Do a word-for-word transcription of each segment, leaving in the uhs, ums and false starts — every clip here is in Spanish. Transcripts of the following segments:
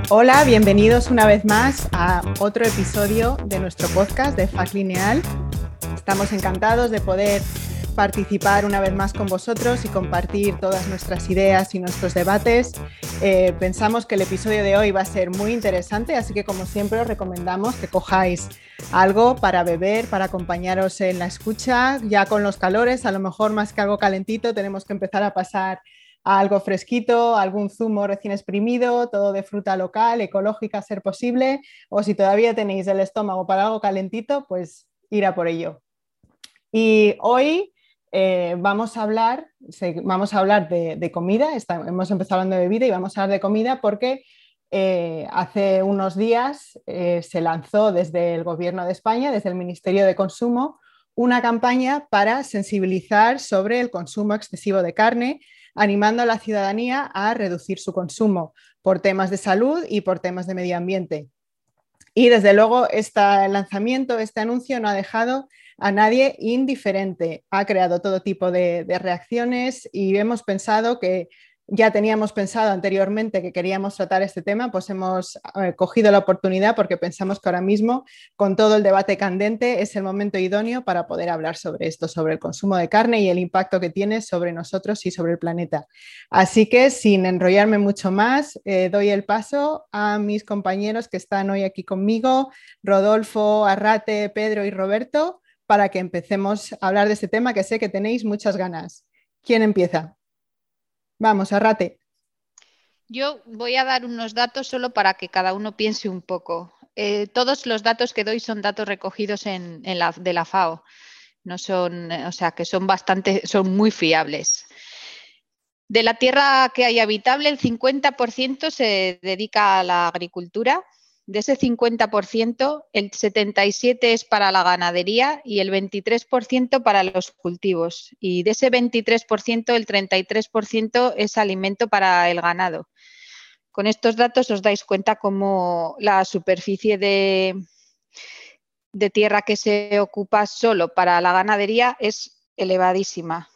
Hola, bienvenidos una vez más a otro episodio de nuestro podcast de F A C Lineal. Estamos encantados de poder participar una vez más con vosotros y compartir todas nuestras ideas y nuestros debates. Eh, pensamos que el episodio de hoy va a ser muy interesante, así que como siempre os recomendamos que cojáis algo para beber, para acompañaros en la escucha. Ya con los calores, a lo mejor más que algo calentito, tenemos que empezar a pasar a algo fresquito, algún zumo recién exprimido, todo de fruta local, ecológica a ser posible, o si todavía tenéis el estómago para algo calentito, pues ir a por ello. Y hoy eh, vamos a hablar, vamos a hablar de, de comida. Está, hemos empezado hablando de bebida y vamos a hablar de comida porque eh, hace unos días eh, se lanzó desde el Gobierno de España, desde el Ministerio de Consumo, una campaña para sensibilizar sobre el consumo excesivo de carne, animando a la ciudadanía a reducir su consumo por temas de salud y por temas de medio ambiente. Y desde luego este lanzamiento, este anuncio no ha dejado a nadie indiferente. Ha creado todo tipo de, de reacciones y hemos pensado que ya teníamos pensado anteriormente que queríamos tratar este tema, pues hemos eh, cogido la oportunidad porque pensamos que ahora mismo, con todo el debate candente, es el momento idóneo para poder hablar sobre esto, sobre el consumo de carne y el impacto que tiene sobre nosotros y sobre el planeta. Así que, sin enrollarme mucho más, eh, doy el paso a mis compañeros que están hoy aquí conmigo, Rodolfo, Arrate, Pedro y Roberto, para que empecemos a hablar de este tema que sé que tenéis muchas ganas. ¿Quién empieza? Vamos, Arrate. Yo voy a dar unos datos solo para que cada uno piense un poco. Eh, todos los datos que doy son datos recogidos en, en la, de la FAO. No son, o sea, que son bastante, son muy fiables. De la tierra que hay habitable, el cincuenta por ciento se dedica a la agricultura. De ese cincuenta por ciento, el setenta y siete por ciento es para la ganadería y el veintitrés por ciento para los cultivos. Y de ese veintitrés por ciento, el treinta y tres por ciento es alimento para el ganado. Con estos datos os dais cuenta cómo la superficie de, de tierra que se ocupa solo para la ganadería es elevadísima.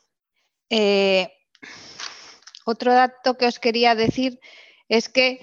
Eh, otro dato que os quería decir es que,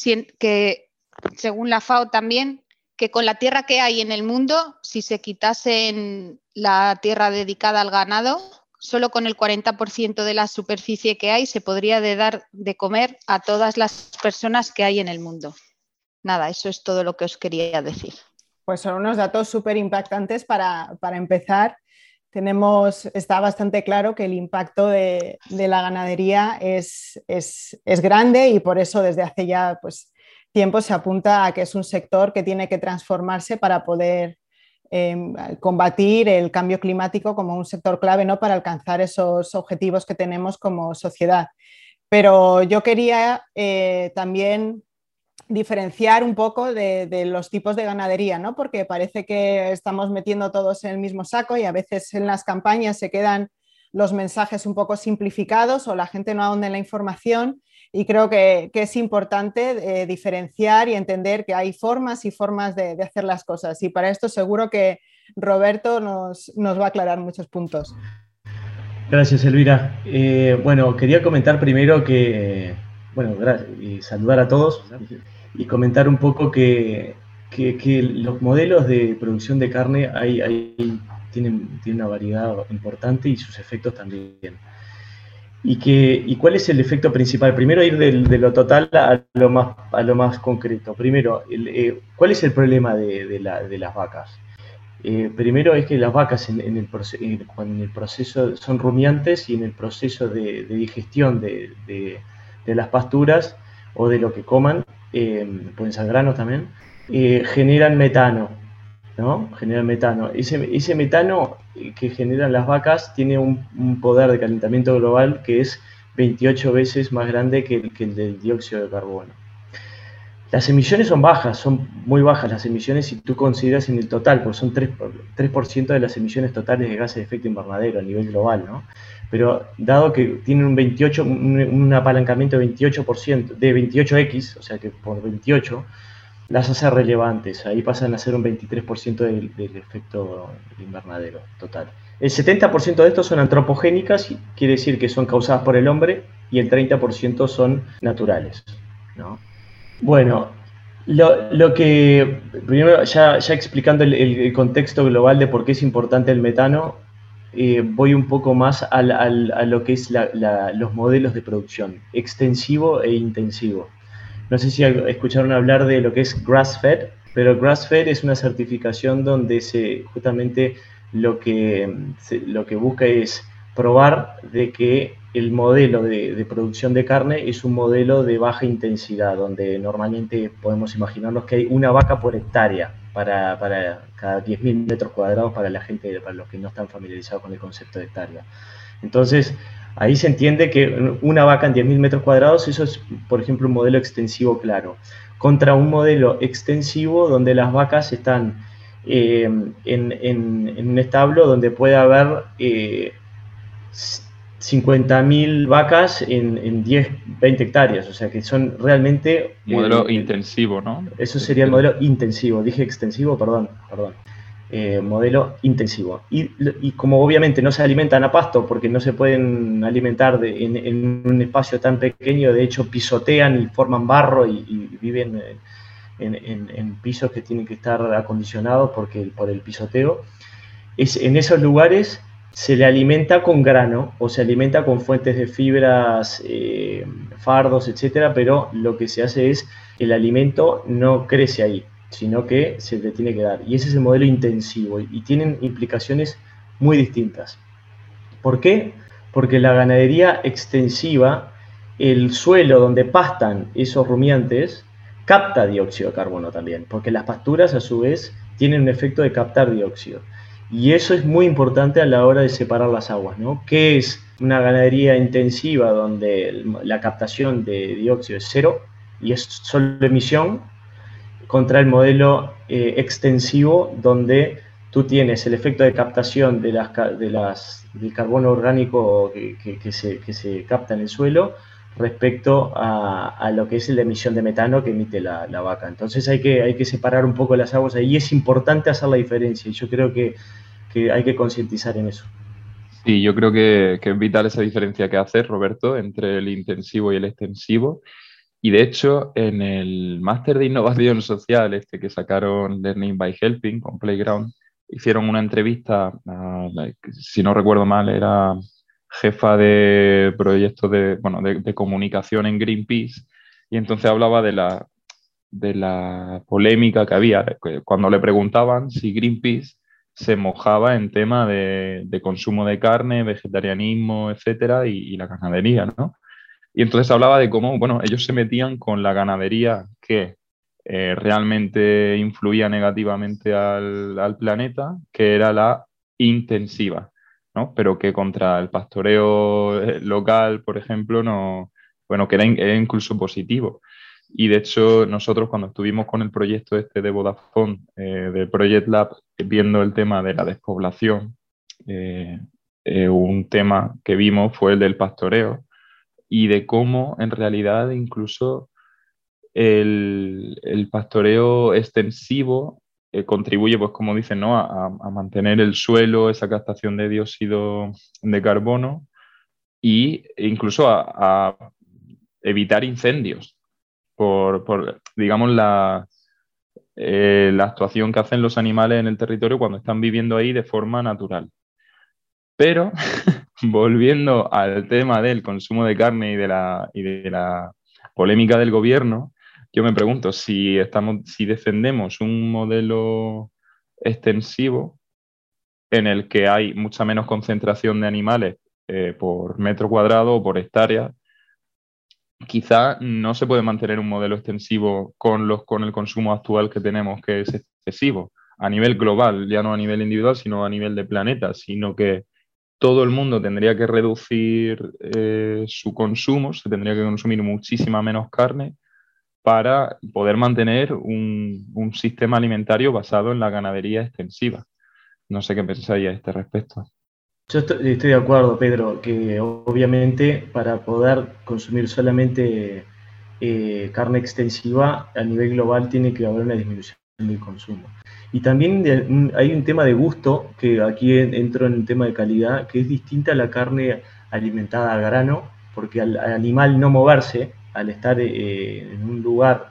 que según la FAO también, que con la tierra que hay en el mundo, si se quitase la tierra dedicada al ganado, solo con el cuarenta por ciento de la superficie que hay se podría de dar de comer a todas las personas que hay en el mundo. Nada, eso es todo lo que os quería decir. Pues son unos datos súper impactantes para, para empezar. Tenemos, está bastante claro que el impacto de, de la ganadería es, es, es grande y por eso desde hace ya pues, tiempo se apunta a que es un sector que tiene que transformarse para poder eh, combatir el cambio climático como un sector clave, ¿no? Para alcanzar esos objetivos que tenemos como sociedad. Pero yo quería eh, también diferenciar un poco de, de los tipos de ganadería, ¿no? Porque parece que estamos metiendo todos en el mismo saco y a veces en las campañas se quedan los mensajes un poco simplificados o la gente no ahonda en la información y creo que, que es importante eh, diferenciar y entender que hay formas y formas de, de hacer las cosas y para esto seguro que Roberto nos, nos va a aclarar muchos puntos. Gracias, Elvira. Eh, bueno, quería comentar primero que, bueno, y saludar a todos y comentar un poco que, que, que los modelos de producción de carne hay, hay, tienen, tienen una variedad importante y sus efectos también. Y, que, y cuál es el efecto principal. Primero ir de, de lo total a lo más, a lo más concreto. Primero, el, eh, ¿cuál es el problema de, de, la, de las vacas? Eh, primero es que las vacas en, en, el en, en el proceso son rumiantes y en el proceso de, de digestión de, de, de las pasturas o de lo que coman, eh, pueden ser granos también, eh, generan metano, ¿no? Generan metano. Ese, ese metano que generan las vacas tiene un, un poder de calentamiento global que es veintiocho veces más grande que el, que el del dióxido de carbono. Las emisiones son bajas, son muy bajas las emisiones si tú consideras en el total, porque son tres por ciento de las emisiones totales de gases de efecto invernadero a nivel global, ¿no? Pero dado que tienen un veintiocho, un, un apalancamiento de veintiocho por ciento, de veintiocho equis, o sea que por veintiocho, las hace relevantes, ahí pasan a ser un veintitrés por ciento del, del efecto invernadero total. El setenta por ciento de estos son antropogénicas, quiere decir que son causadas por el hombre, y el treinta por ciento son naturales, ¿no? Bueno, Lo, lo que, primero, ya, ya explicando el, el contexto global de por qué es importante el metano, eh, voy un poco más al, al, a lo que es la, la, los modelos de producción, extensivo e intensivo. No sé si escucharon hablar de lo que es grass-fed, pero grass-fed es una certificación donde se, justamente lo que, se, lo que busca es probar de que el modelo de, de producción de carne es un modelo de baja intensidad, donde normalmente podemos imaginarnos que hay una vaca por hectárea para, para cada diez mil metros cuadrados para la gente, para los que no están familiarizados con el concepto de hectárea. Entonces, ahí se entiende que una vaca en diez mil metros cuadrados, eso es, por ejemplo, un modelo extensivo claro, contra un modelo extensivo donde las vacas están eh, en, en, en un establo donde puede haber eh, cincuenta mil vacas en, en diez, veinte hectáreas, o sea que son realmente... Modelo eh, intensivo, ¿no? Eso sería el modelo intensivo, dije extensivo, perdón, perdón. Eh, modelo intensivo. Y, y como obviamente no se alimentan a pasto porque no se pueden alimentar de, en, en un espacio tan pequeño, de hecho pisotean y forman barro y, y viven en, en, en pisos que tienen que estar acondicionados porque, por el pisoteo, es, en esos lugares se le alimenta con grano o se alimenta con fuentes de fibras, eh, fardos, etcétera, pero lo que se hace es el alimento no crece ahí, sino que se le tiene que dar. Y ese es el modelo intensivo y tienen implicaciones muy distintas. ¿Por qué? Porque la ganadería extensiva, el suelo donde pastan esos rumiantes, capta dióxido de carbono también, porque las pasturas a su vez tienen un efecto de captar dióxido. Y eso es muy importante a la hora de separar las aguas, ¿no? ¿Qué es una ganadería intensiva donde la captación de dióxido es cero y es solo emisión, contra el modelo eh, extensivo donde tú tienes el efecto de captación de las, de las, del carbono orgánico que, que, que, se, que se capta en el suelo respecto a, a lo que es la emisión de metano que emite la, la vaca. Entonces hay que, hay que separar un poco las aguas ahí y es importante hacer la diferencia y yo creo que, que hay que concientizar en eso. Sí, yo creo que, que es vital esa diferencia que haces, Roberto, entre el intensivo y el extensivo. Y de hecho, en el máster de innovación social este que sacaron Learning by Helping con Playground, hicieron una entrevista, a, si no recuerdo mal, era jefa de proyectos de, bueno, de, de comunicación en Greenpeace, y entonces hablaba de la, de la polémica que había cuando le preguntaban si Greenpeace se mojaba en tema de, de consumo de carne, vegetarianismo, etcétera, y, y la ganadería, ¿no? Y entonces hablaba de cómo, bueno, ellos se metían con la ganadería que eh, realmente influía negativamente al, al planeta, que era la intensiva, ¿no? Pero que contra el pastoreo local, por ejemplo, no, bueno, que era, in, era incluso positivo. Y de hecho, nosotros cuando estuvimos con el proyecto este de Vodafone, eh, de Project Lab, viendo el tema de la despoblación, eh, eh, un tema que vimos fue el del pastoreo, y de cómo en realidad incluso el, el pastoreo extensivo eh, contribuye, pues como dicen, ¿no? a, a mantener el suelo, esa captación de dióxido de carbono e incluso a, a evitar incendios por, por digamos, la, eh, la actuación que hacen los animales en el territorio cuando están viviendo ahí de forma natural. Pero, volviendo al tema del consumo de carne y de la, y de la polémica del gobierno, yo me pregunto si, estamos, si defendemos un modelo extensivo en el que hay mucha menos concentración de animales eh, por metro cuadrado o por hectárea, quizá no se puede mantener un modelo extensivo con, los, con el consumo actual que tenemos, que es excesivo, a nivel global, ya no a nivel individual, sino a nivel de planeta, sino que todo el mundo tendría que reducir eh, su consumo, se tendría que consumir muchísima menos carne para poder mantener un, un sistema alimentario basado en la ganadería extensiva. No sé qué pensáis a este respecto. Yo estoy, estoy de acuerdo, Pedro, que obviamente para poder consumir solamente eh, carne extensiva a nivel global tiene que haber una disminución del consumo. Y también de, hay un tema de gusto, que aquí entro en el tema de calidad, que es distinta a la carne alimentada a grano, porque al, al animal no moverse, al estar eh, en un lugar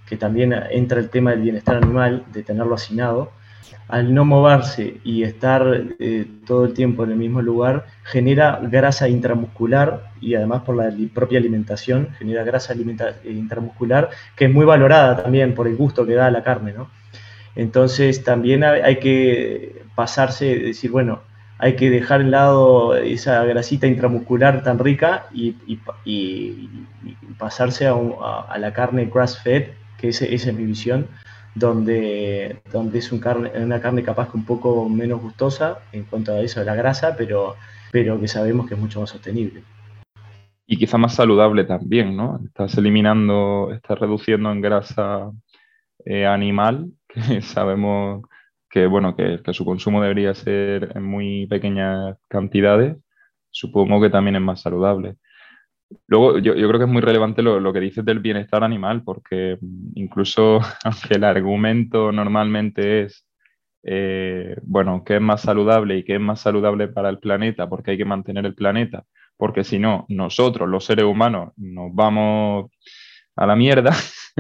que también entra el tema del bienestar animal, de tenerlo hacinado, al no moverse y estar eh, todo el tiempo en el mismo lugar, genera grasa intramuscular y además por la propia alimentación genera grasa alimenta intramuscular que es muy valorada también por el gusto que da a la carne, ¿no? Entonces también hay que pasarse, decir, bueno, hay que dejar de lado esa grasita intramuscular tan rica y, y, y, y pasarse a, un, a, a la carne grass-fed, que ese, esa es mi visión, donde, donde es un carne, una carne capaz que un poco menos gustosa en cuanto a eso de la grasa, pero, pero que sabemos que es mucho más sostenible. Y quizá más saludable también, ¿no? Estás eliminando, estás reduciendo en grasa eh, animal, que sabemos que, bueno, que, que su consumo debería ser en muy pequeñas cantidades. Supongo que también es más saludable. Luego, yo, yo creo que es muy relevante lo, lo que dices del bienestar animal, porque incluso aunque el argumento normalmente es, eh, bueno, que es más saludable y que es más saludable para el planeta, porque hay que mantener el planeta, porque si no, nosotros, los seres humanos, nos vamos a la mierda,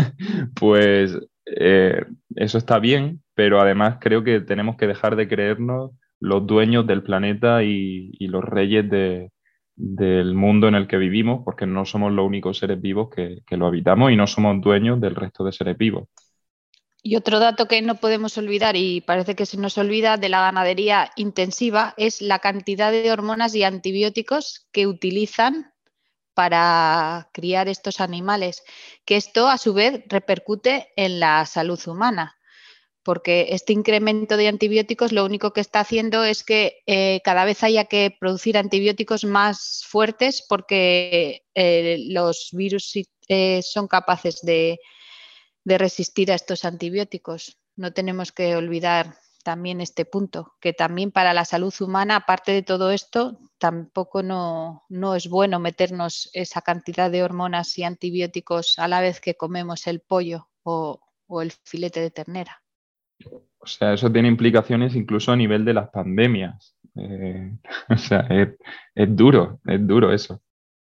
pues eh, eso está bien, pero además creo que tenemos que dejar de creernos los dueños del planeta y, y los reyes de del mundo en el que vivimos, porque no somos los únicos seres vivos que, que lo habitamos y no somos dueños del resto de seres vivos. Y otro dato que no podemos olvidar, y parece que se nos olvida, de la ganadería intensiva es la cantidad de hormonas y antibióticos que utilizan para criar estos animales, que esto a su vez repercute en la salud humana, porque este incremento de antibióticos lo único que está haciendo es que eh, cada vez haya que producir antibióticos más fuertes porque eh, los virus eh, son capaces de, de resistir a estos antibióticos. No tenemos que olvidar también este punto, que también para la salud humana, aparte de todo esto, tampoco no, no es bueno meternos esa cantidad de hormonas y antibióticos a la vez que comemos el pollo o, o el filete de ternera. O sea, eso tiene implicaciones incluso a nivel de las pandemias. Eh, o sea, es, es duro, es duro eso.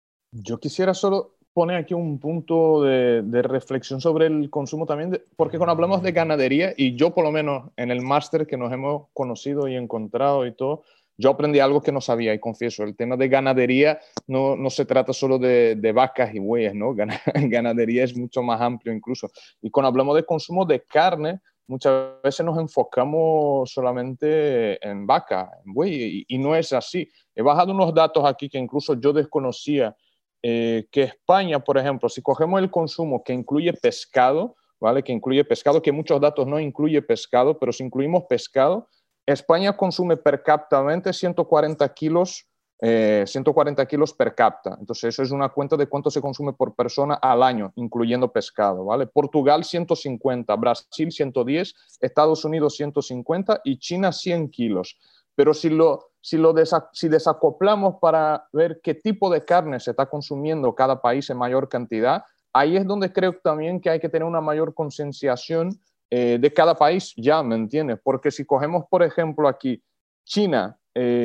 Yo quisiera solo poner aquí un punto de, de reflexión sobre el consumo también, de, porque cuando hablamos de ganadería, y yo por lo menos en el máster que nos hemos conocido y encontrado y todo, yo aprendí algo que no sabía y confieso, el tema de ganadería no, no se trata solo de, de vacas y bueyes, ¿no? Ganadería es mucho más amplio incluso. Y cuando hablamos de consumo de carne, muchas veces nos enfocamos solamente en vaca, en buey, y, y no es así. He bajado unos datos aquí que incluso yo desconocía, eh, que España, por ejemplo, si cogemos el consumo que incluye pescado, ¿vale? Que incluye pescado, que muchos datos no incluye pescado, pero si incluimos pescado, España consume per cápita ciento cuarenta kilos, eh, ciento cuarenta kilos per cápita. Entonces, eso es una cuenta de cuánto se consume por persona al año, incluyendo pescado, ¿vale? Portugal, ciento cincuenta, Brasil, ciento diez, Estados Unidos, ciento cincuenta y China, cien kilos. Pero si lo, si lo desa, si desacoplamos para ver qué tipo de carne se está consumiendo cada país en mayor cantidad, ahí es donde creo también que hay que tener una mayor concienciación Eh, de cada país, ya, ¿me entiendes? Porque si cogemos, por ejemplo, aquí China,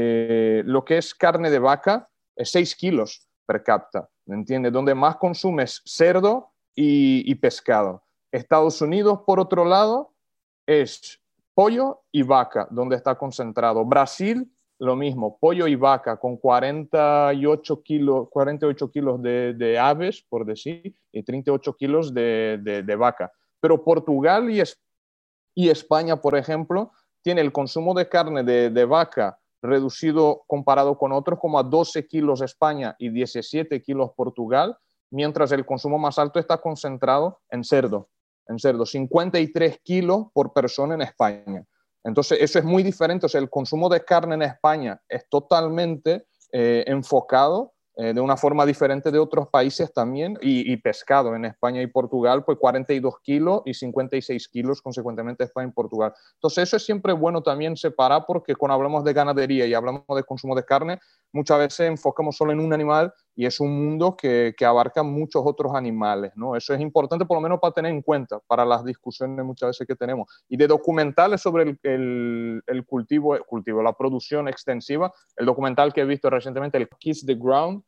eh, lo que es carne de vaca, es seis kilos per cápita, ¿me entiendes? Donde más consumes cerdo y, y pescado. Estados Unidos, por otro lado, es pollo y vaca, donde está concentrado. Brasil, lo mismo, pollo y vaca, con cuarenta y ocho kilos, cuarenta y ocho kilos de, de aves, por decir, y treinta y ocho kilos de, de, de vaca. Pero Portugal y, es, y España, por ejemplo, tiene el consumo de carne de, de vaca reducido comparado con otros, como a doce kilos España y diecisiete kilos Portugal, mientras el consumo más alto está concentrado en cerdo, en cerdo, cincuenta y tres kilos por persona en España. Entonces, eso es muy diferente. O sea, el consumo de carne en España es totalmente eh, enfocado Eh, de una forma diferente de otros países también, y, y pescado en España y Portugal, pues cuarenta y dos kilos y cincuenta y seis kilos consecuentemente España y Portugal. Entonces eso es siempre bueno también separar, porque cuando hablamos de ganadería y hablamos de consumo de carne, muchas veces enfocamos solo en un animal y es un mundo que, que abarca muchos otros animales, ¿no? Eso es importante por lo menos para tener en cuenta para las discusiones muchas veces que tenemos. Y de documentales sobre el, el, el cultivo, cultivo, la producción extensiva, el documental que he visto recientemente, el Kiss the Ground,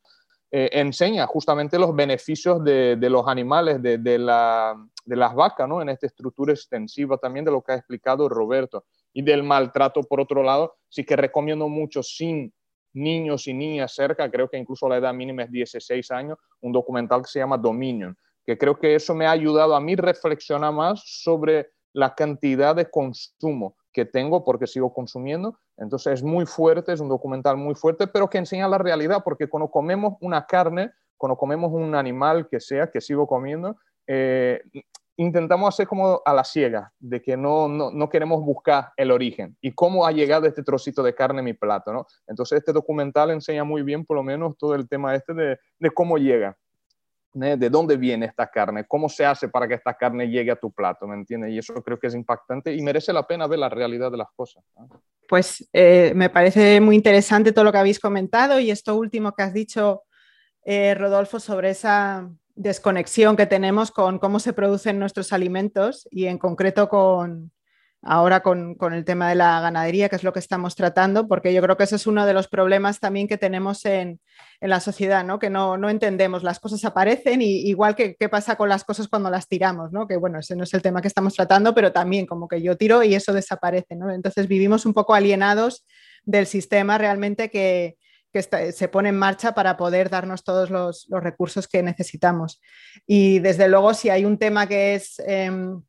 eh, enseña justamente los beneficios de, de los animales, de, de, la, de las vacas, ¿no? En esta estructura extensiva también de lo que ha explicado Roberto. Y del maltrato, por otro lado, sí que recomiendo mucho sin niños y niñas cerca, creo que incluso la edad mínima es dieciséis años, un documental que se llama Dominion, que creo que eso me ha ayudado a mí reflexionar más sobre la cantidad de consumo que tengo porque sigo consumiendo. Entonces es muy fuerte, es un documental muy fuerte, pero que enseña la realidad, porque cuando comemos una carne, cuando comemos un animal que sea, que sigo comiendo, eh, intentamos hacer como a la ciega, de que no, no, no queremos buscar el origen y cómo ha llegado este trocito de carne en mi plato, ¿no? Entonces este documental enseña muy bien por lo menos todo el tema este de, de cómo llega, ¿eh? De dónde viene esta carne, cómo se hace para que esta carne llegue a tu plato, ¿me entiendes? Y eso creo que es impactante y merece la pena ver la realidad de las cosas, ¿no? Pues eh, me parece muy interesante todo lo que habéis comentado y esto último que has dicho, eh, Rodolfo, sobre esa desconexión que tenemos con cómo se producen nuestros alimentos y en concreto con ahora con, con el tema de la ganadería, que es lo que estamos tratando, porque yo creo que ese es uno de los problemas también que tenemos en, en la sociedad, ¿no? Que no, no entendemos, las cosas aparecen y igual que qué pasa con las cosas cuando las tiramos, ¿no? Que bueno, ese no es el tema que estamos tratando, pero también como que yo tiro y eso desaparece, ¿no? Entonces vivimos un poco alienados del sistema realmente que, que está, se pone en marcha para poder darnos todos los, los recursos que necesitamos. Y desde luego si hay un tema que es... Eh,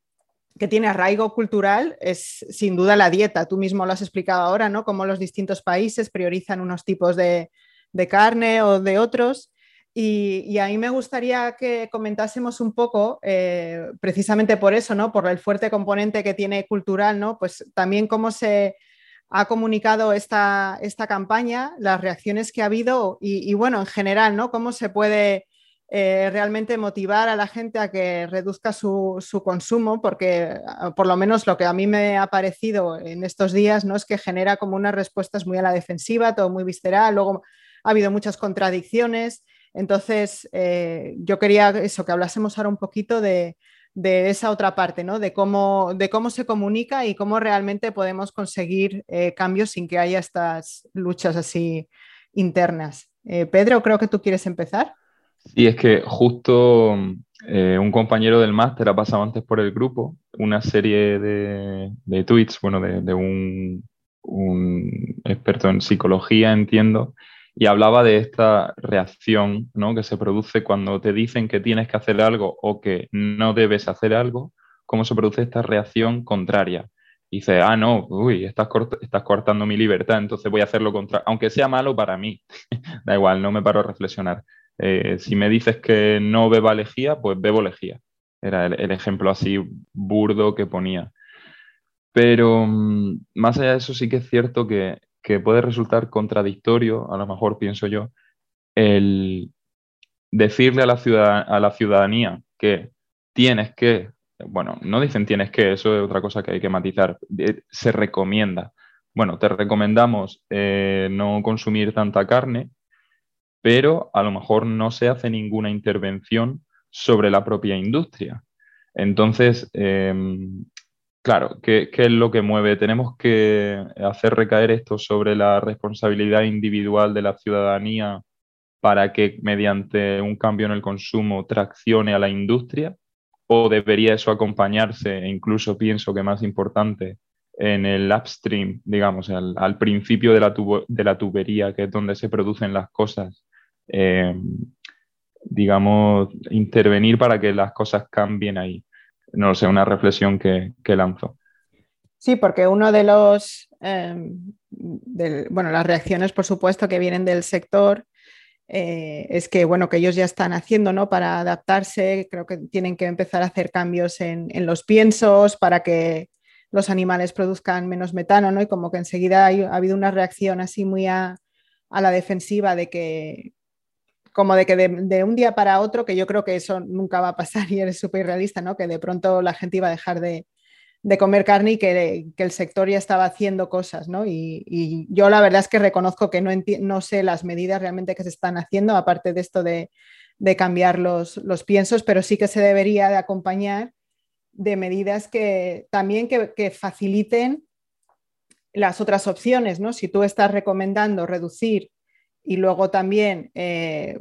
que tiene arraigo cultural es sin duda la dieta. Tú mismo lo has explicado ahora, ¿no? Cómo los distintos países priorizan unos tipos de, de carne o de otros. Y, y a mí me gustaría que comentásemos un poco, eh, precisamente por eso, ¿no? Por el fuerte componente que tiene cultural, ¿no? Pues también cómo se ha comunicado esta, esta campaña, las reacciones que ha habido y, y bueno, en general, ¿no? Cómo se puede... Eh, realmente motivar a la gente a que reduzca su, su consumo, porque por lo menos lo que a mí me ha parecido en estos días, ¿no? Es que genera como unas respuestas muy a la defensiva, todo muy visceral, luego ha habido muchas contradicciones, entonces eh, yo quería eso, que hablásemos ahora un poquito de, de esa otra parte, ¿no? De cómo, de cómo se comunica y cómo realmente podemos conseguir eh, cambios sin que haya estas luchas así internas. Eh, Pedro, creo que tú quieres empezar. Y es que justo eh, un compañero del máster ha pasado antes por el grupo una serie de, de tweets, bueno, de, de un, un experto en psicología, entiendo, y hablaba de esta reacción, ¿no? Que se produce cuando te dicen que tienes que hacer algo o que no debes hacer algo, cómo se produce esta reacción contraria. Dice, ah, no, uy, estás, cort estás cortando mi libertad, entonces voy a hacer lo contrario, aunque sea malo para mí. Da igual, no me paro a reflexionar. Eh, si me dices que no beba lejía, pues bebo lejía. Era el, el ejemplo así burdo que ponía. Pero mmm, más allá de eso sí que es cierto que, que puede resultar contradictorio, a lo mejor pienso yo, el decirle a la, ciudad, a la ciudadanía que tienes que, bueno, no dicen tienes que, eso es otra cosa que hay que matizar, se recomienda. Bueno, te recomendamos eh, no consumir tanta carne, pero a lo mejor no se hace ninguna intervención sobre la propia industria. Entonces, eh, claro, ¿qué, ¿qué es lo que mueve? Tenemos que hacer recaer esto sobre la responsabilidad individual de la ciudadanía para que mediante un cambio en el consumo traccione a la industria, o debería eso acompañarse, e incluso pienso que más importante, en el upstream, digamos, al, al principio de la, tubo, de la tubería, que es donde se producen las cosas, eh, digamos, intervenir para que las cosas cambien ahí. No sé, una reflexión que, que lanzo. Sí, porque uno de los, eh, de, bueno, las reacciones, por supuesto, que vienen del sector eh, es que, bueno, que ellos ya están haciendo, ¿no? Para adaptarse, creo que tienen que empezar a hacer cambios en, en los piensos para que los animales produzcan menos metano, ¿no? Y como que enseguida hay, ha habido una reacción así muy a, a la defensiva de que, como de que de, de un día para otro, que yo creo que eso nunca va a pasar y eres súper realista, ¿no? Que de pronto la gente iba a dejar de, de comer carne y que, que el sector ya estaba haciendo cosas, ¿no? Y, y yo la verdad es que reconozco que no, no sé las medidas realmente que se están haciendo, aparte de esto de, de cambiar los, los piensos, pero sí que se debería de acompañar de medidas que también que, que faciliten las otras opciones, ¿no? Si tú estás recomendando reducir y luego también eh,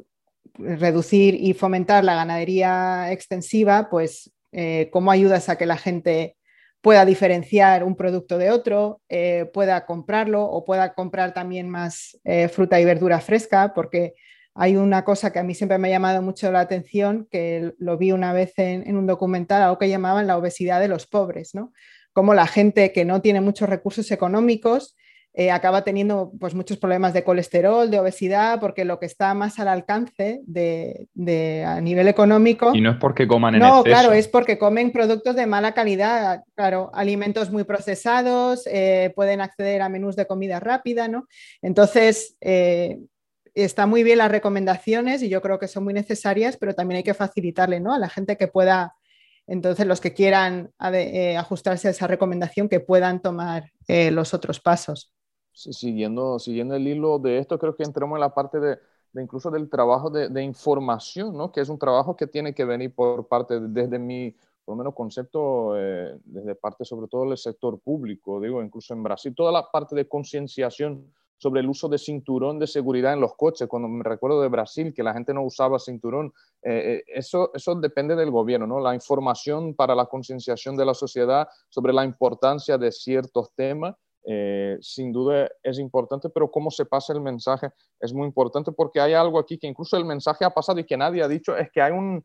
reducir y fomentar la ganadería extensiva, pues eh, cómo ayudas a que la gente pueda diferenciar un producto de otro, eh, pueda comprarlo o pueda comprar también más eh, fruta y verdura fresca, porque hay una cosa que a mí siempre me ha llamado mucho la atención, que lo vi una vez en, en un documental, algo que llamaban la obesidad de los pobres, ¿no? Como la gente que no tiene muchos recursos económicos eh, acaba teniendo pues, muchos problemas de colesterol, de obesidad, porque lo que está más al alcance de, de, a nivel económico... Y no es porque coman en no, exceso. claro, es porque comen productos de mala calidad, claro, alimentos muy procesados, eh, pueden acceder a menús de comida rápida, ¿no? Entonces, eh, está muy bien las recomendaciones y yo creo que son muy necesarias, pero también hay que facilitarle, ¿no? A la gente que pueda, entonces los que quieran eh, ajustarse a esa recomendación, que puedan tomar eh, los otros pasos. Sí, siguiendo, siguiendo el hilo de esto, creo que entramos en la parte de, de incluso del trabajo de, de información, ¿no? Que es un trabajo que tiene que venir por parte, de, desde mi, por lo menos concepto, eh, desde parte sobre todo del sector público, digo, incluso en Brasil, toda la parte de concienciación sobre el uso de cinturón de seguridad en los coches. Cuando me recuerdo de Brasil, que la gente no usaba cinturón, eh, eso, eso depende del gobierno, ¿no? La información para la concienciación de la sociedad sobre la importancia de ciertos temas, Eh, sin duda es importante, pero cómo se pasa el mensaje es muy importante, porque hay algo aquí que incluso el mensaje ha pasado y que nadie ha dicho, es que hay un,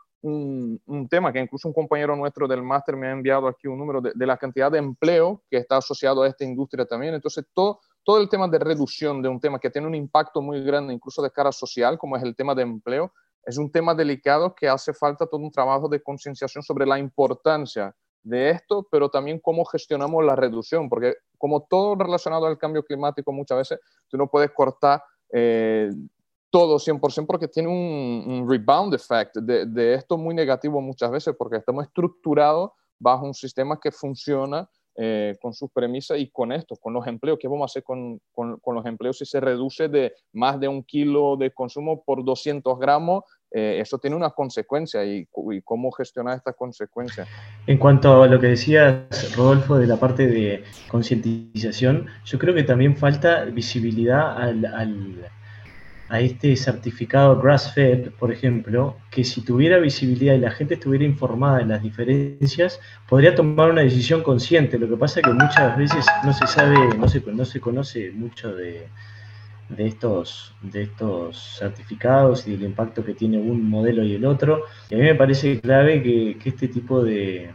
un, un tema que incluso un compañero nuestro del máster me ha enviado aquí un número de, de la cantidad de empleo que está asociado a esta industria también. Entonces todo, todo el tema de reducción de un tema que tiene un impacto muy grande incluso de cara social, como es el tema de empleo, es un tema delicado que hace falta todo un trabajo de concienciación sobre la importancia de esto, pero también cómo gestionamos la reducción, porque como todo relacionado al cambio climático, muchas veces tú no puedes cortar eh, todo cien por ciento porque tiene un, un rebound effect de, de esto muy negativo muchas veces, porque estamos estructurados bajo un sistema que funciona eh, con sus premisas y con esto, con los empleos. ¿Qué vamos a hacer con, con, con los empleos si se reduce de más de un kilo de consumo por doscientos gramos? Eh, eso tiene una consecuencia y, y cómo gestionar esta consecuencia. En cuanto a lo que decías, Rodolfo, de la parte de concientización, yo creo que también falta visibilidad al, al, a este certificado grass-fed, por ejemplo, que si tuviera visibilidad y la gente estuviera informada de las diferencias, podría tomar una decisión consciente. Lo que pasa es que muchas veces no se sabe, no se, no se conoce mucho de... de estos, de estos certificados y del impacto que tiene un modelo y el otro. Y a mí me parece clave que, que este tipo de,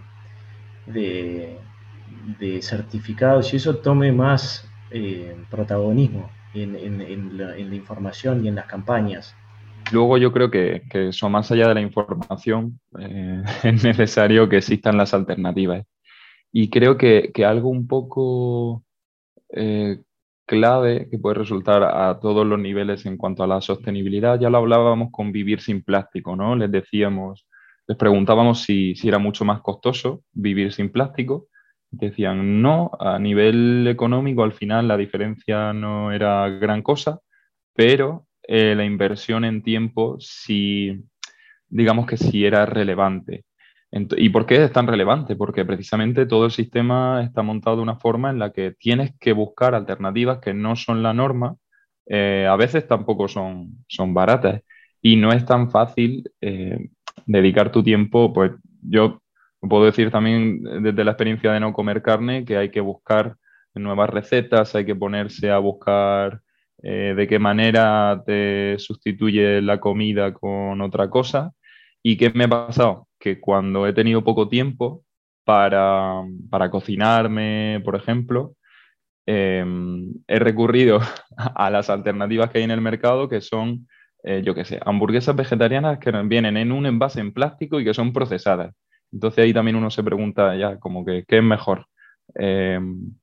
de, de certificados y eso tome más eh, protagonismo en, en, en, la, en la información y en las campañas. Luego yo creo que, que eso, más allá de la información, eh, es necesario que existan las alternativas. Y creo que, que algo un poco... Eh, clave que puede resultar a todos los niveles en cuanto a la sostenibilidad. Ya lo hablábamos con Vivir sin Plástico, ¿no? Les decíamos, les preguntábamos si, si era mucho más costoso vivir sin plástico. Decían no, a nivel económico al final la diferencia no era gran cosa, pero eh, la inversión en tiempo sí, digamos que sí era relevante. ¿Y por qué es tan relevante? Porque precisamente todo el sistema está montado de una forma en la que tienes que buscar alternativas que no son la norma, eh, a veces tampoco son, son baratas y no es tan fácil eh, dedicar tu tiempo. Pues yo puedo decir también desde la experiencia de no comer carne que hay que buscar nuevas recetas, hay que ponerse a buscar eh, de qué manera te sustituye la comida con otra cosa. ¿Y qué me ha pasado? Que cuando he tenido poco tiempo para, para cocinarme, por ejemplo, eh, he recurrido a las alternativas que hay en el mercado, que son, eh, yo qué sé, hamburguesas vegetarianas que vienen en un envase en plástico y que son procesadas. Entonces ahí también uno se pregunta ya como que, ¿qué es mejor? Eh,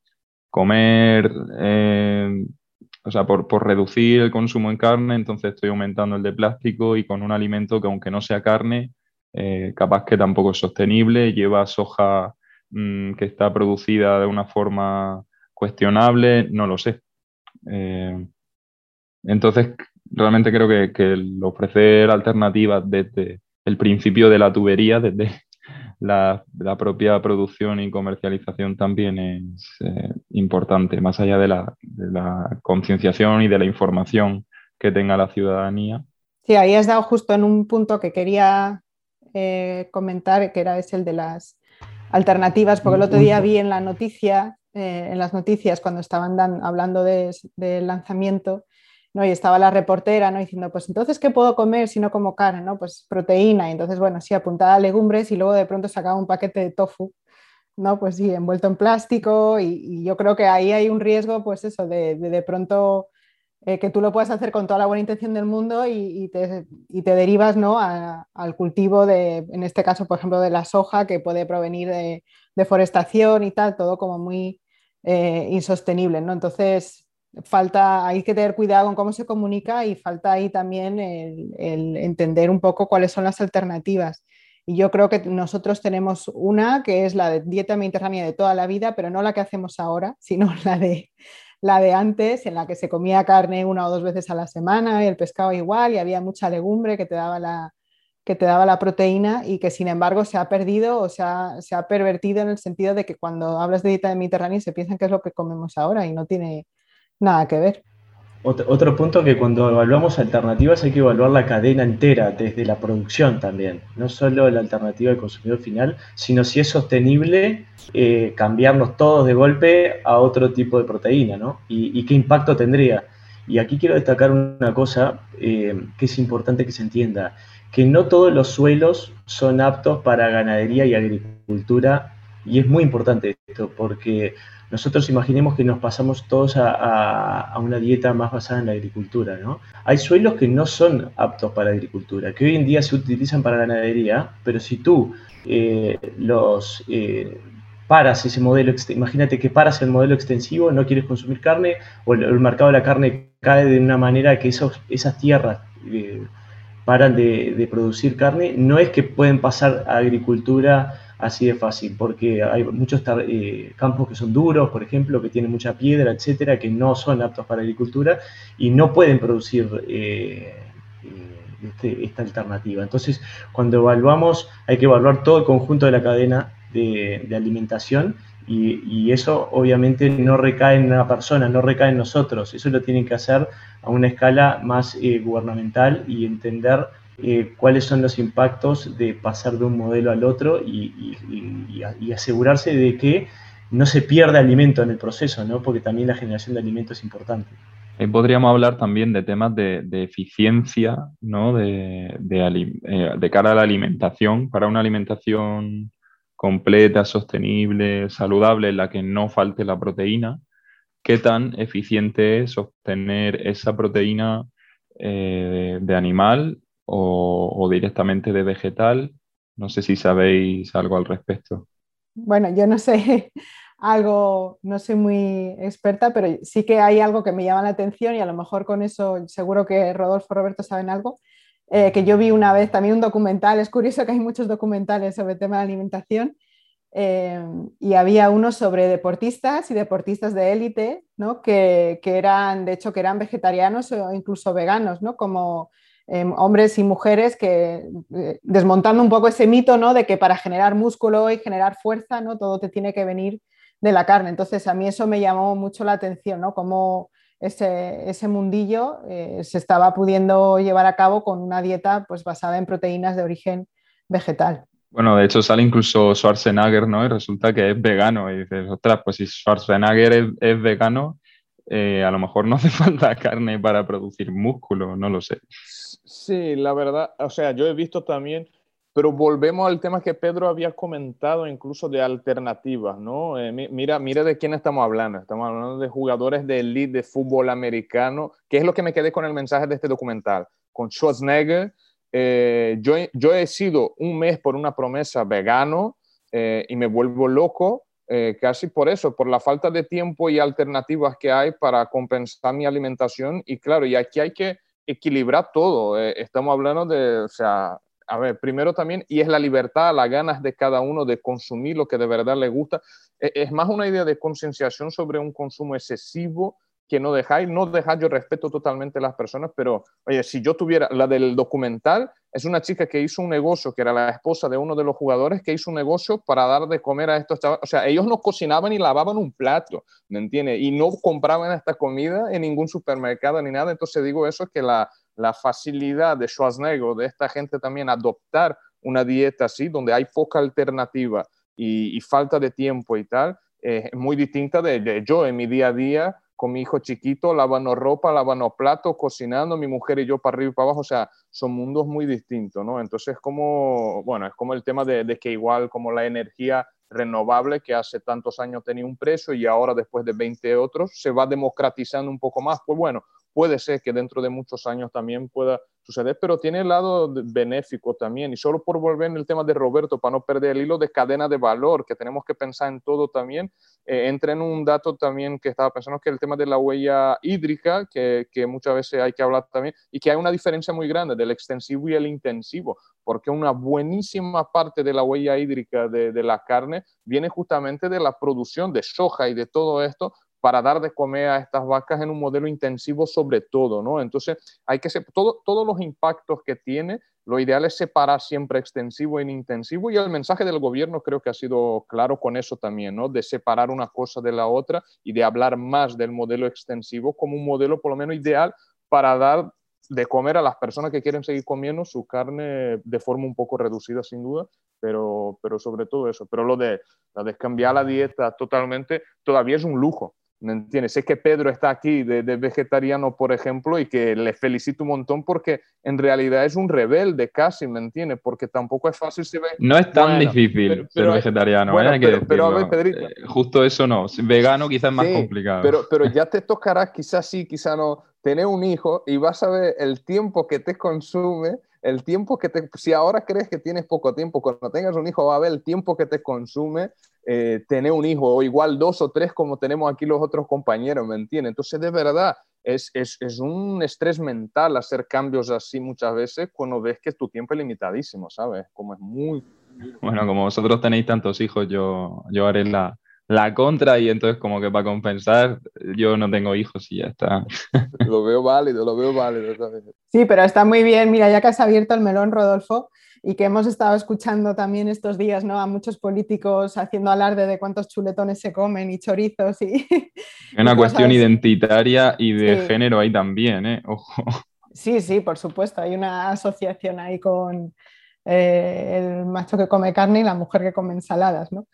comer... Eh, O sea, por, por reducir el consumo en carne, entonces estoy aumentando el de plástico y con un alimento que aunque no sea carne, eh, capaz que tampoco es sostenible, lleva soja mmm, que está producida de una forma cuestionable, no lo sé. Eh, entonces, realmente creo que, que el ofrecer alternativas desde el principio de la tubería, desde la, la propia producción y comercialización también es eh, importante, más allá de la, de la concienciación y de la información que tenga la ciudadanía. Sí, ahí has dado justo en un punto que quería eh, comentar, que era ese el de las alternativas, porque el otro día vi en la noticia, eh, en las noticias cuando estaban dan, hablando del de lanzamiento, ¿no? Y estaba la reportera, ¿no? Diciendo, pues entonces, ¿qué puedo comer si no como carne? ¿No? Pues proteína. Y entonces, bueno, sí, apuntada a legumbres y luego de pronto sacaba un paquete de tofu, ¿no? Pues sí, envuelto en plástico y, y yo creo que ahí hay un riesgo, pues eso, de de, de pronto eh, que tú lo puedes hacer con toda la buena intención del mundo y, y, te, y te derivas, ¿no? a, al cultivo de, en este caso, por ejemplo, de la soja, que puede provenir de deforestación y tal, todo como muy eh, insostenible, ¿no? Entonces, falta, hay que tener cuidado con cómo se comunica y falta ahí también el, el entender un poco cuáles son las alternativas. Y yo creo que nosotros tenemos una que es la de dieta mediterránea de toda la vida, pero no la que hacemos ahora, sino la de, la de antes, en la que se comía carne una o dos veces a la semana y el pescado igual y había mucha legumbre que te daba la, que te daba la proteína y que sin embargo se ha perdido o se ha, se ha pervertido en el sentido de que cuando hablas de dieta mediterránea se piensan que es lo que comemos ahora y no tiene nada que ver. Otro, otro punto que cuando evaluamos alternativas hay que evaluar la cadena entera, desde la producción también, no solo la alternativa del consumidor final, sino si es sostenible eh, cambiarnos todos de golpe a otro tipo de proteína, ¿no? Y, y qué impacto tendría. Y aquí quiero destacar una cosa eh, que es importante que se entienda, que no todos los suelos son aptos para ganadería y agricultura, y es muy importante esto, porque nosotros imaginemos que nos pasamos todos a, a, a una dieta más basada en la agricultura, ¿no? Hay suelos que no son aptos para la agricultura, que hoy en día se utilizan para ganadería, pero si tú eh, los eh, paras ese modelo, imagínate que paras el modelo extensivo, no quieres consumir carne, o el, el mercado de la carne cae de una manera que esos, esas tierras eh, paran de, de producir carne, no es que pueden pasar a agricultura así de fácil, porque hay muchos eh, campos que son duros, por ejemplo, que tienen mucha piedra, etcétera, que no son aptos para agricultura y no pueden producir eh, este, esta alternativa. Entonces, cuando evaluamos, hay que evaluar todo el conjunto de la cadena de, de alimentación y, y eso obviamente no recae en una persona, no recae en nosotros, eso lo tienen que hacer a una escala más eh, gubernamental y entender Eh, cuáles son los impactos de pasar de un modelo al otro y, y, y, y asegurarse de que no se pierda alimento en el proceso, ¿no? Porque también la generación de alimento es importante. Ahí podríamos hablar también de temas de, de eficiencia, ¿no? de, de, eh, de cara a la alimentación, para una alimentación completa, sostenible, saludable, en la que no falte la proteína. ¿Qué tan eficiente es obtener esa proteína eh, de, de animal o, o directamente de vegetal? No sé si sabéis algo al respecto. Bueno, yo no sé algo, no soy muy experta, pero sí que hay algo que me llama la atención y a lo mejor con eso seguro que Rodolfo, Roberto saben algo, eh, que yo vi una vez también un documental, es curioso que hay muchos documentales sobre el tema de la alimentación eh, y había uno sobre deportistas y deportistas de élite, ¿no? que, que eran, de hecho, que eran vegetarianos o incluso veganos, ¿no? Como Eh, hombres y mujeres que, eh, desmontando un poco ese mito, ¿no? De que para generar músculo y generar fuerza, ¿no? Todo te tiene que venir de la carne. Entonces a mí eso me llamó mucho la atención, ¿no? Cómo ese, ese mundillo eh, se estaba pudiendo llevar a cabo con una dieta pues, basada en proteínas de origen vegetal. Bueno, de hecho sale incluso Schwarzenegger, ¿no? Y resulta que es vegano. Y dices, ostras, pues si Schwarzenegger es, es vegano, eh, a lo mejor no hace falta carne para producir músculo, no lo sé. Sí, la verdad, o sea, yo he visto también, pero volvemos al tema que Pedro había comentado incluso de alternativas, ¿no? Eh, mira, mira de quién estamos hablando. Estamos hablando de jugadores de elite de fútbol americano, que es lo que me quedé con el mensaje de este documental. Con Schwarzenegger, eh, yo, yo he sido un mes por una promesa vegano eh, y me vuelvo loco. Eh, casi por eso, por la falta de tiempo y alternativas que hay para compensar mi alimentación. Y claro, y aquí hay que equilibrar todo. Eh, estamos hablando de, o sea, a ver, primero también, y es la libertad, las ganas de cada uno de consumir lo que de verdad le gusta. Eh, es más una idea de concienciación sobre un consumo excesivo que no dejáis, no dejar, yo respeto totalmente a las personas, pero oye, si yo tuviera, la del documental, es una chica que hizo un negocio, que era la esposa de uno de los jugadores, que hizo un negocio para dar de comer a estos chavales. O sea, ellos no cocinaban ni lavaban un plato, ¿me entiendes? Y no compraban esta comida en ningún supermercado ni nada. Entonces digo eso, que la, la facilidad de Schwarzenegger, de esta gente también adoptar una dieta así, donde hay poca alternativa y, y falta de tiempo y tal, eh, es muy distinta de, de yo en mi día a día, con mi hijo chiquito, lavando ropa, lavando platos, cocinando, mi mujer y yo para arriba y para abajo, o sea, son mundos muy distintos, ¿no? Entonces, como, bueno, es como el tema de, de que igual como la energía renovable que hace tantos años tenía un precio y ahora después de veinte otros se va democratizando un poco más, pues bueno, puede ser que dentro de muchos años también pueda suceder, pero tiene el lado benéfico también. Y solo por volver en el tema de Roberto, para no perder el hilo de cadena de valor, que tenemos que pensar en todo también, eh, entra en un dato también que estaba pensando, que es el tema de la huella hídrica, que, que muchas veces hay que hablar también, y que hay una diferencia muy grande del extensivo y el intensivo, porque una buenísima parte de la huella hídrica de, de la carne viene justamente de la producción de soja y de todo esto, para dar de comer a estas vacas en un modelo intensivo sobre todo, ¿no? Entonces, hay que ser, todo, todos los impactos que tiene, lo ideal es separar siempre extensivo e intensivo, y el mensaje del gobierno creo que ha sido claro con eso también, ¿no? De separar una cosa de la otra y de hablar más del modelo extensivo como un modelo por lo menos ideal para dar de comer a las personas que quieren seguir comiendo su carne de forma un poco reducida, sin duda, pero, pero sobre todo eso. Pero lo de, lo de cambiar la dieta totalmente todavía es un lujo. ¿Me entiendes? Sé que Pedro está aquí de, de vegetariano, por ejemplo, y que le felicito un montón porque en realidad es un rebelde casi, ¿me entiendes? Porque tampoco es fácil si ve... No es tan bueno, difícil pero, ser pero, vegetariano, bueno, ¿eh? Hay que pero, pero a ver, decirlo. Pedrito. Eh, justo eso no. Vegano quizás es más Sí, complicado. pero, pero ya te tocará, quizás sí, quizás no, tener un hijo y vas a ver el tiempo que te consume, el tiempo que te... Si ahora crees que tienes poco tiempo, cuando tengas un hijo va a ver el tiempo que te consume eh, tener un hijo, o igual dos o tres como tenemos aquí los otros compañeros, ¿me entiendes? Entonces, de verdad, es, es, es un estrés mental hacer cambios así muchas veces cuando ves que tu tiempo es limitadísimo, ¿sabes? Como es muy... Bueno, como vosotros tenéis tantos hijos, yo, yo haré la, la contra, y entonces como que para compensar, yo no tengo hijos y ya está. Lo veo válido, lo veo válido, ¿sabes? Sí, pero está muy bien. Mira, ya que has abierto el melón, Rodolfo, y que hemos estado escuchando también estos días, ¿no?, a muchos políticos haciendo alarde de cuántos chuletones se comen y chorizos y, Es una y cuestión cosas. identitaria y de Sí, género ahí también, ¿eh? Ojo. sí, sí, por supuesto. Hay una asociación ahí con eh, el macho que come carne y la mujer que come ensaladas, ¿no?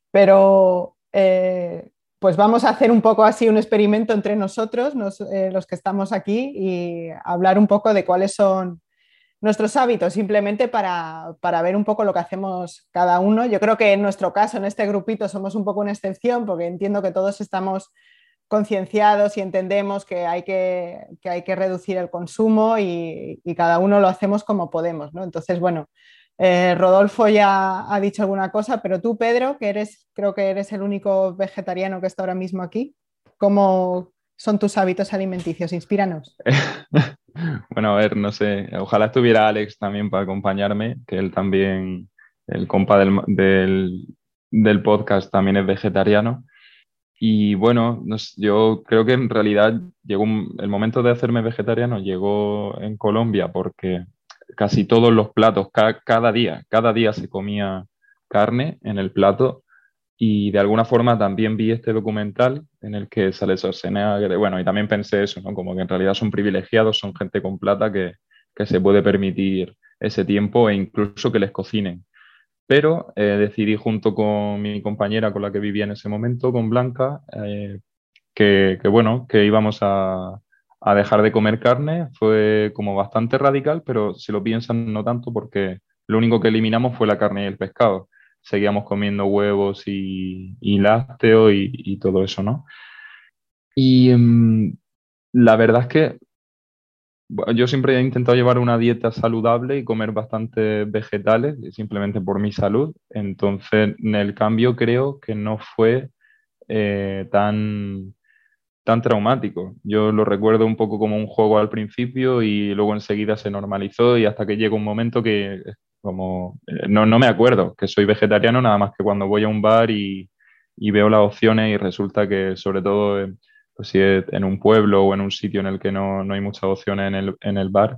Pero eh, pues vamos a hacer un poco así un experimento entre nosotros, nos, eh, los que estamos aquí, y hablar un poco de cuáles son nuestros hábitos, simplemente para, para ver un poco lo que hacemos cada uno. Yo creo que en nuestro caso, en este grupito, somos un poco una excepción, porque entiendo que todos estamos concienciados y entendemos que hay que, que hay que reducir el consumo, y, y cada uno lo hacemos como podemos, ¿no? Entonces, bueno, eh, Rodolfo ya ha dicho alguna cosa, pero tú, Pedro, que eres, creo que eres el único vegetariano que está ahora mismo aquí, ¿cómo son tus hábitos alimenticios? Inspíranos. Bueno, a ver, no sé, ojalá estuviera Alex también para acompañarme, que él también, el compa del, del, del podcast, también es vegetariano. Y bueno, no sé, yo creo que en realidad llegó un- el momento de hacerme vegetariano llegó en Colombia, porque casi todos los platos, ca- cada día, cada día se comía carne en el plato, y de alguna forma también vi este documental en el que sale Schwarzenegger, bueno, y también pensé eso, ¿no? Como que en realidad son privilegiados, son gente con plata que, que se puede permitir ese tiempo e incluso que les cocinen. Pero eh, decidí junto con mi compañera con la que vivía en ese momento, con Blanca, eh, que, que, bueno, que íbamos a, a dejar de comer carne. Fue como bastante radical, pero si lo piensan no tanto, porque lo único que eliminamos fue la carne y el pescado. Seguíamos comiendo huevos y, y lácteos y, y todo eso, ¿no? Y mm, la verdad es que bueno, yo siempre he intentado llevar una dieta saludable y comer bastantes vegetales, simplemente por mi salud. Entonces, en el cambio creo que no fue eh, tan, tan traumático. Yo lo recuerdo un poco como un juego al principio y luego enseguida se normalizó, y hasta que llega un momento que eh, como eh, no, no me acuerdo que soy vegetariano, nada más que cuando voy a un bar y, y veo las opciones, y resulta que sobre todo eh, pues si es en un pueblo o en un sitio en el que no, no hay muchas opciones en el, en el bar,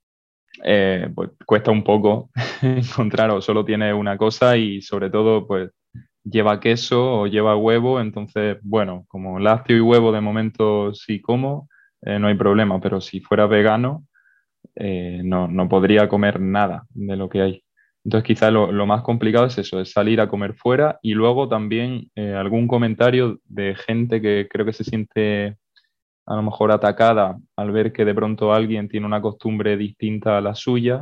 eh, pues cuesta un poco encontrar, o solo tiene una cosa, y sobre todo pues lleva queso o lleva huevo. Entonces, bueno, como lácteo y huevo de momento sí como, eh, no hay problema, pero si fuera vegano, eh, no, no podría comer nada de lo que hay. Entonces quizá lo, lo más complicado es eso, es salir a comer fuera y luego también eh, algún comentario de gente que creo que se siente a lo mejor atacada al ver que de pronto alguien tiene una costumbre distinta a la suya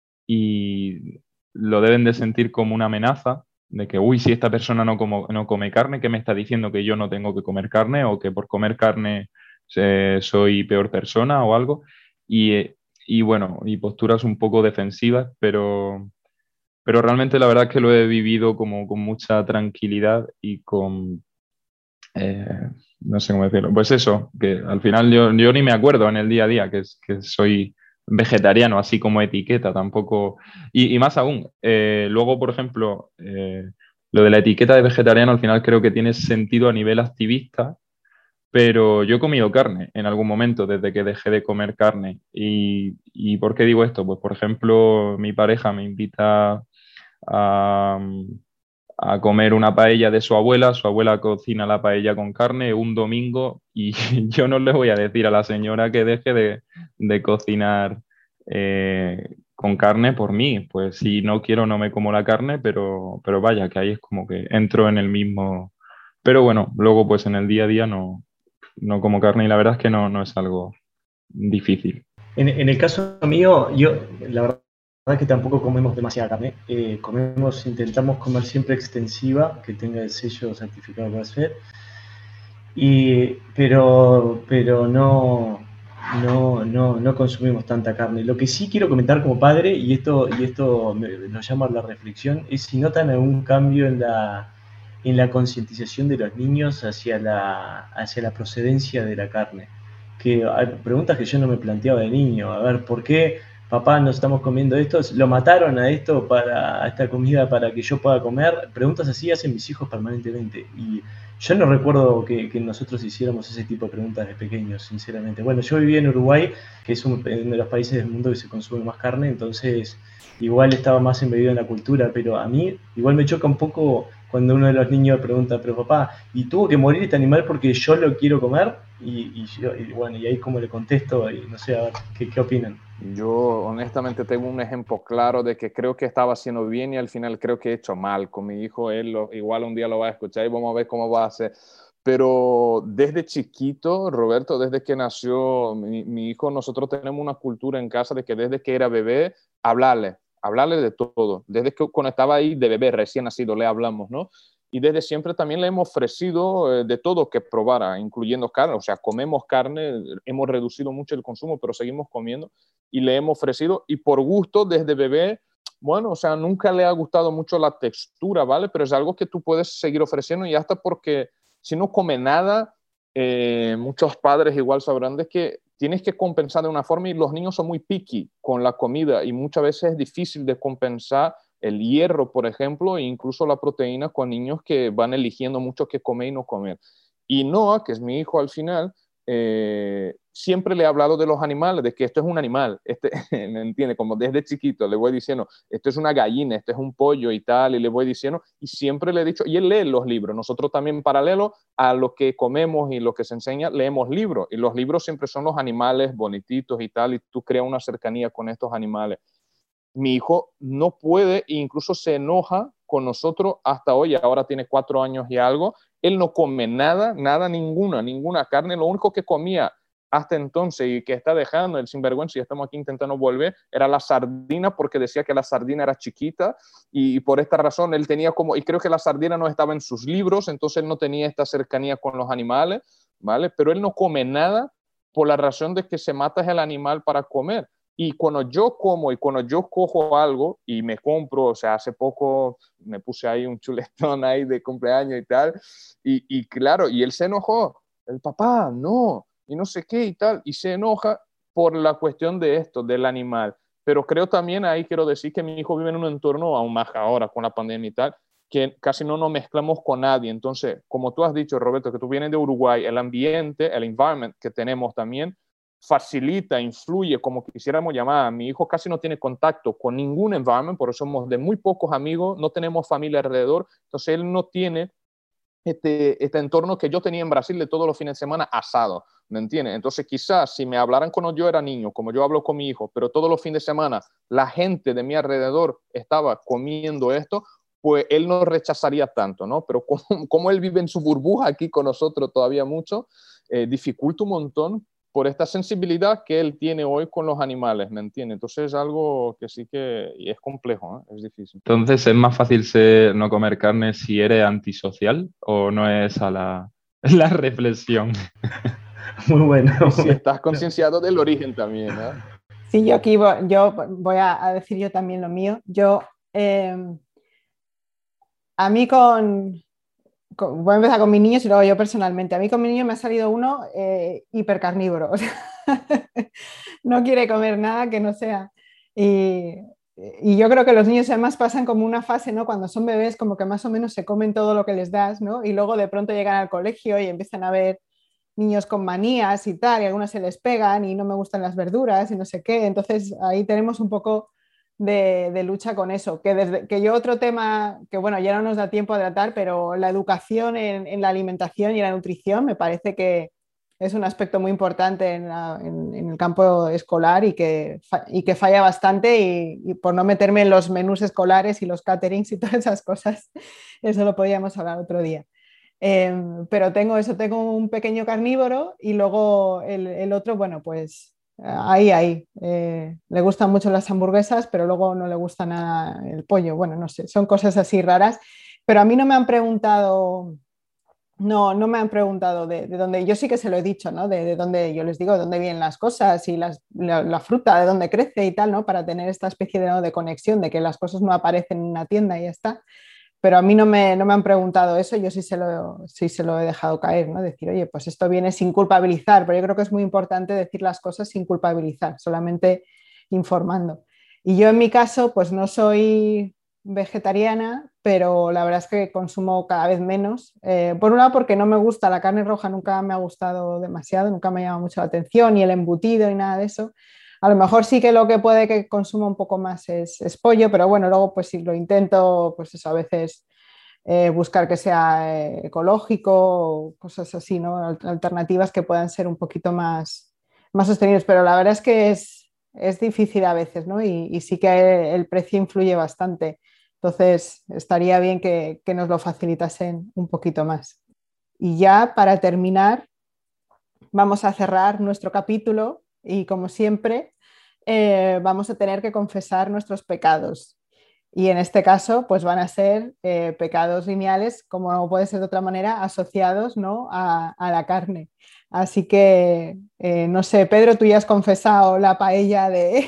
y lo deben de sentir como una amenaza de que, uy, si esta persona no, como, no come carne, ¿qué me está diciendo que yo no tengo que comer carne o que por comer carne eh, soy peor persona o algo? Y, eh, y bueno, y posturas un poco defensivas, pero, pero realmente la verdad es que lo he vivido como con mucha tranquilidad y con, eh, no sé cómo decirlo, pues eso, que al final yo, yo ni me acuerdo en el día a día que, es, que soy vegetariano, así como etiqueta, tampoco. Y, y más aún, eh, luego, por ejemplo, eh, lo de la etiqueta de vegetariano al final creo que tiene sentido a nivel activista, pero yo he comido carne en algún momento desde que dejé de comer carne. ¿Y, y por qué digo esto? Pues, por ejemplo, mi pareja me invita a, a comer una paella de su abuela. Su abuela cocina la paella con carne un domingo y yo no le voy a decir a la señora que deje de, de cocinar eh, con carne por mí. Pues si no quiero no me como la carne, pero, pero vaya, que ahí es como que entro en el mismo... Pero bueno, luego pues en el día a día no, no como carne y la verdad es que no, no es algo difícil. En, en el caso mío, yo la verdad es que tampoco comemos demasiada carne. Eh, comemos, intentamos comer siempre extensiva, que tenga el sello certificado de hacer. Y, pero, pero no, no, no, no consumimos tanta carne. Lo que sí quiero comentar como padre, y esto, y esto me, lo llamo a la reflexión, es si notan algún cambio en la, en la concientización de los niños hacia la, hacia la procedencia de la carne. Que hay preguntas que yo no me planteaba de niño. A ver, ¿por qué papá nos estamos comiendo esto? ¿Lo mataron a esto, para, a esta comida para que yo pueda comer? Preguntas así hacen mis hijos permanentemente. Y yo no recuerdo que, que nosotros hiciéramos ese tipo de preguntas de pequeños, sinceramente. Bueno, yo viví en Uruguay, que es uno de los países del mundo que se consume más carne, entonces igual estaba más embebido en la cultura, pero a mí igual me choca un poco cuando uno de los niños pregunta, pero papá, ¿y tuvo que morir este animal porque yo lo quiero comer? Y, y, yo, y bueno, y ahí como le contesto, y no sé, a ver, ¿qué, qué opinan? Yo honestamente tengo un ejemplo claro de que creo que estaba haciendo bien y al final creo que he hecho mal con mi hijo. Él lo, igual un día lo va a escuchar y vamos a ver cómo va a hacer. Pero desde chiquito, Roberto, desde que nació mi, mi hijo, nosotros tenemos una cultura en casa de que desde que era bebé, hablarle, hablarle de todo. Desde que cuando estaba ahí de bebé, recién nacido, le hablamos, ¿no? Y desde siempre también le hemos ofrecido eh, de todo que probara, incluyendo carne. O sea, comemos carne, hemos reducido mucho el consumo, pero seguimos comiendo. Y le hemos ofrecido, y por gusto, desde bebé, bueno, o sea, nunca le ha gustado mucho la textura, ¿vale? Pero es algo que tú puedes seguir ofreciendo y hasta porque si no come nada, eh, muchos padres igual sabrán de que tienes que compensar de una forma y los niños son muy picky con la comida y muchas veces es difícil de compensar el hierro, por ejemplo, e incluso la proteína con niños que van eligiendo mucho qué comer y no comer. Y Noah, que es mi hijo al final, eh, siempre le he hablado de los animales, de que esto es un animal, este, ¿me entiende? Como desde chiquito le voy diciendo, esto es una gallina, esto es un pollo y tal, y le voy diciendo, y siempre le he dicho, y él lee los libros, nosotros también paralelo a lo que comemos y lo que se enseña, leemos libros, y los libros siempre son los animales bonititos y tal, y tú creas una cercanía con estos animales. Mi hijo no puede e incluso se enoja con nosotros hasta hoy, ahora tiene cuatro años y algo, él no come nada, nada, ninguna, ninguna carne, lo único que comía hasta entonces y que está dejando el sinvergüenza y estamos aquí intentando volver, era la sardina porque decía que la sardina era chiquita y, y por esta razón él tenía como, y creo que la sardina no estaba en sus libros, entonces él no tenía esta cercanía con los animales, ¿vale? Pero él no come nada por la razón de que se mata el animal para comer. Y cuando yo como y cuando yo cojo algo y me compro, o sea, hace poco me puse ahí un chuletón ahí de cumpleaños y tal, y, y claro, y él se enojó, el papá, no, y no sé qué y tal, y se enoja por la cuestión de esto, del animal. Pero creo también ahí quiero decir que mi hijo vive en un entorno, aún más ahora con la pandemia y tal, que casi no nos mezclamos con nadie. Entonces, como tú has dicho, Roberto, que tú vienes de Uruguay, el ambiente, el environment que tenemos también, facilita, influye, como quisiéramos llamar. Mi hijo casi no tiene contacto con ningún environment, por eso somos de muy pocos amigos, no tenemos familia alrededor, entonces él no tiene este, este entorno que yo tenía en Brasil de todos los fines de semana asado, ¿me entiendes? Entonces quizás si me hablaran cuando yo era niño, como yo hablo con mi hijo, pero todos los fines de semana la gente de mi alrededor estaba comiendo esto, pues él no rechazaría tanto, ¿no? Pero como, como él vive en su burbuja aquí con nosotros todavía mucho, eh, dificulta un montón por esta sensibilidad que él tiene hoy con los animales, ¿me entiendes? Entonces es algo que sí que y es complejo, ¿eh? Es difícil. Entonces, ¿es más fácil ser, no comer carne si eres antisocial o no es a la, la reflexión? Muy bueno. Y si estás concienciado del origen también, ¿eh? Sí, yo aquí voy, yo voy a, a decir yo también lo mío. Yo, eh, a mí con, con, voy a empezar con mis niños y luego yo personalmente. A mí con mi niño me ha salido uno eh, hipercarnívoro. O sea, no quiere comer nada que no sea. Y, y yo creo que los niños además pasan como una fase, ¿no? Cuando son bebés, como que más o menos se comen todo lo que les das, ¿no? Y luego de pronto llegan al colegio y empiezan a ver niños con manías y tal, y algunas se les pegan y no me gustan las verduras y no sé qué. Entonces ahí tenemos un poco de, de lucha con eso. Que, desde, que yo otro tema, que bueno, ya no nos da tiempo a tratar, pero la educación en, en la alimentación y en la nutrición me parece que es un aspecto muy importante en, la, en, en el campo escolar y que, y que falla bastante y, y por no meterme en los menús escolares y los caterings y todas esas cosas, eso lo podríamos hablar otro día. Eh, pero tengo eso, tengo un pequeño carnívoro y luego el, el otro, bueno, pues ahí, ahí. Eh, le gustan mucho las hamburguesas, pero luego no le gusta nada el pollo. Bueno, no sé, son cosas así raras. Pero a mí no me han preguntado, no, no me han preguntado de, de dónde, yo sí que se lo he dicho, ¿no? De, de dónde, yo les digo de dónde vienen las cosas y las, la, la fruta, de dónde crece y tal, ¿no? Para tener esta especie de, ¿no? de conexión, de que las cosas no aparecen en una tienda y ya está. Pero a mí no me, no me han preguntado eso, yo sí se, lo, sí se lo he dejado caer, ¿no? Decir, oye, pues esto viene sin culpabilizar, pero yo creo que es muy importante decir las cosas sin culpabilizar, solamente informando. Y yo en mi caso, pues no soy vegetariana, pero la verdad es que consumo cada vez menos. Eh, por un lado, porque no me gusta la carne roja, nunca me ha gustado demasiado, nunca me ha llamado mucho la atención, ni el embutido, ni nada de eso. A lo mejor sí que lo que puede que consuma un poco más es, es pollo, pero bueno, luego pues si lo intento, pues eso, a veces eh, buscar que sea eh, ecológico o cosas así, ¿no? Alternativas que puedan ser un poquito más, más sostenibles, pero la verdad es que es, es difícil a veces, ¿no? Y, y sí que el precio influye bastante. Entonces, estaría bien que, que nos lo facilitasen un poquito más. Y ya para terminar, vamos a cerrar nuestro capítulo y como siempre, eh, vamos a tener que confesar nuestros pecados. Y en este caso, pues van a ser eh, pecados lineales, como no puede ser de otra manera, asociados, ¿no? a, a la carne. Así que, eh, no sé, Pedro, tú ya has confesado la paella de,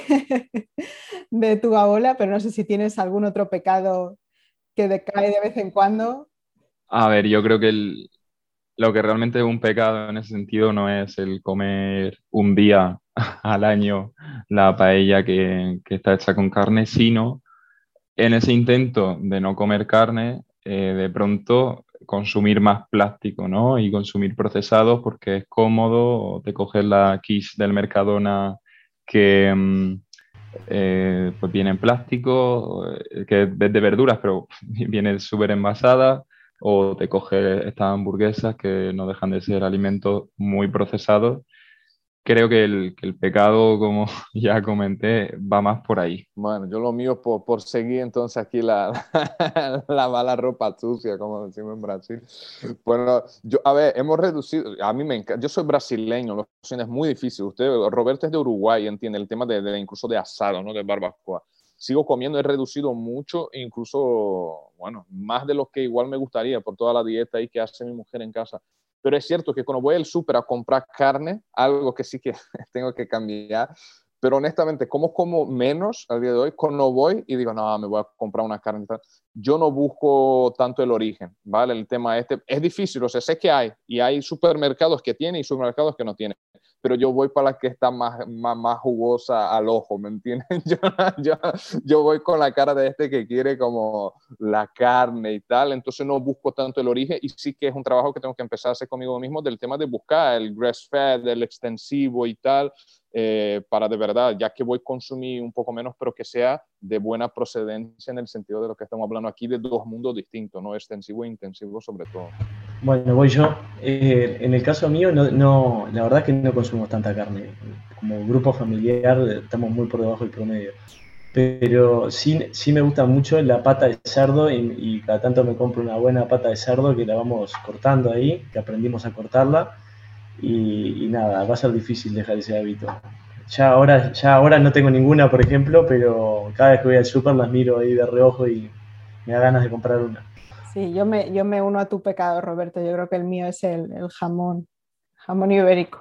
de tu abuela, pero no sé si tienes algún otro pecado que decae de vez en cuando. A ver, yo creo que el, lo que realmente es un pecado en ese sentido no es el comer un día al año la paella que, que está hecha con carne, sino en ese intento de no comer carne, eh, de pronto consumir más plástico, ¿no? Y consumir procesados porque es cómodo, o te coges la quiche del Mercadona que mm, eh, pues viene en plástico, eh, que es de verduras, pero viene súper envasada, o te coges estas hamburguesas que no dejan de ser alimentos muy procesados. Creo que el, que el pecado, como ya comenté, va más por ahí. Bueno, yo lo mío por, por seguir entonces aquí la, la mala ropa sucia, como decimos en Brasil. Bueno, yo, a ver, hemos reducido, a mí me encanta, yo soy brasileño, lo cocina es muy difícil. Usted, Roberto es de Uruguay, entiende el tema de, de incluso de asado, ¿no? De barbacoa. Sigo comiendo, he reducido mucho, incluso, bueno, más de lo que igual me gustaría por toda la dieta ahí que hace mi mujer en casa. Pero es cierto que cuando voy al súper a comprar carne, algo que sí que tengo que cambiar, pero honestamente, como como menos al día de hoy, cuando voy y digo, no, me voy a comprar una carne, yo no busco tanto el origen, ¿vale? El tema este es difícil, o sea, sé que hay, y hay supermercados que tienen y supermercados que no tienen, pero yo voy para la que está más, más, más jugosa al ojo, ¿me entiendes? Yo, yo, yo voy con la cara de este que quiere como la carne y tal, entonces no busco tanto el origen, y sí que es un trabajo que tengo que empezar a hacer conmigo mismo del tema de buscar el grass-fed, el extensivo y tal, eh, para de verdad, ya que voy a consumir un poco menos, pero que sea de buena procedencia en el sentido de lo que estamos hablando aquí, de dos mundos distintos, ¿no? Extensivo e intensivo sobre todo. Bueno, voy yo. Eh, en el caso mío, no, no, la verdad es que no consumimos tanta carne. Como grupo familiar estamos muy por debajo del promedio. Pero sí, sí me gusta mucho la pata de cerdo y, y cada tanto me compro una buena pata de cerdo que la vamos cortando ahí, que aprendimos a cortarla. Y, y nada, va a ser difícil dejar ese hábito. Ya ahora, ya ahora no tengo ninguna, por ejemplo, pero cada vez que voy al súper las miro ahí de reojo y me da ganas de comprar una. Sí, yo me, yo me uno a tu pecado, Roberto. Yo creo que el mío es el, el jamón, jamón ibérico.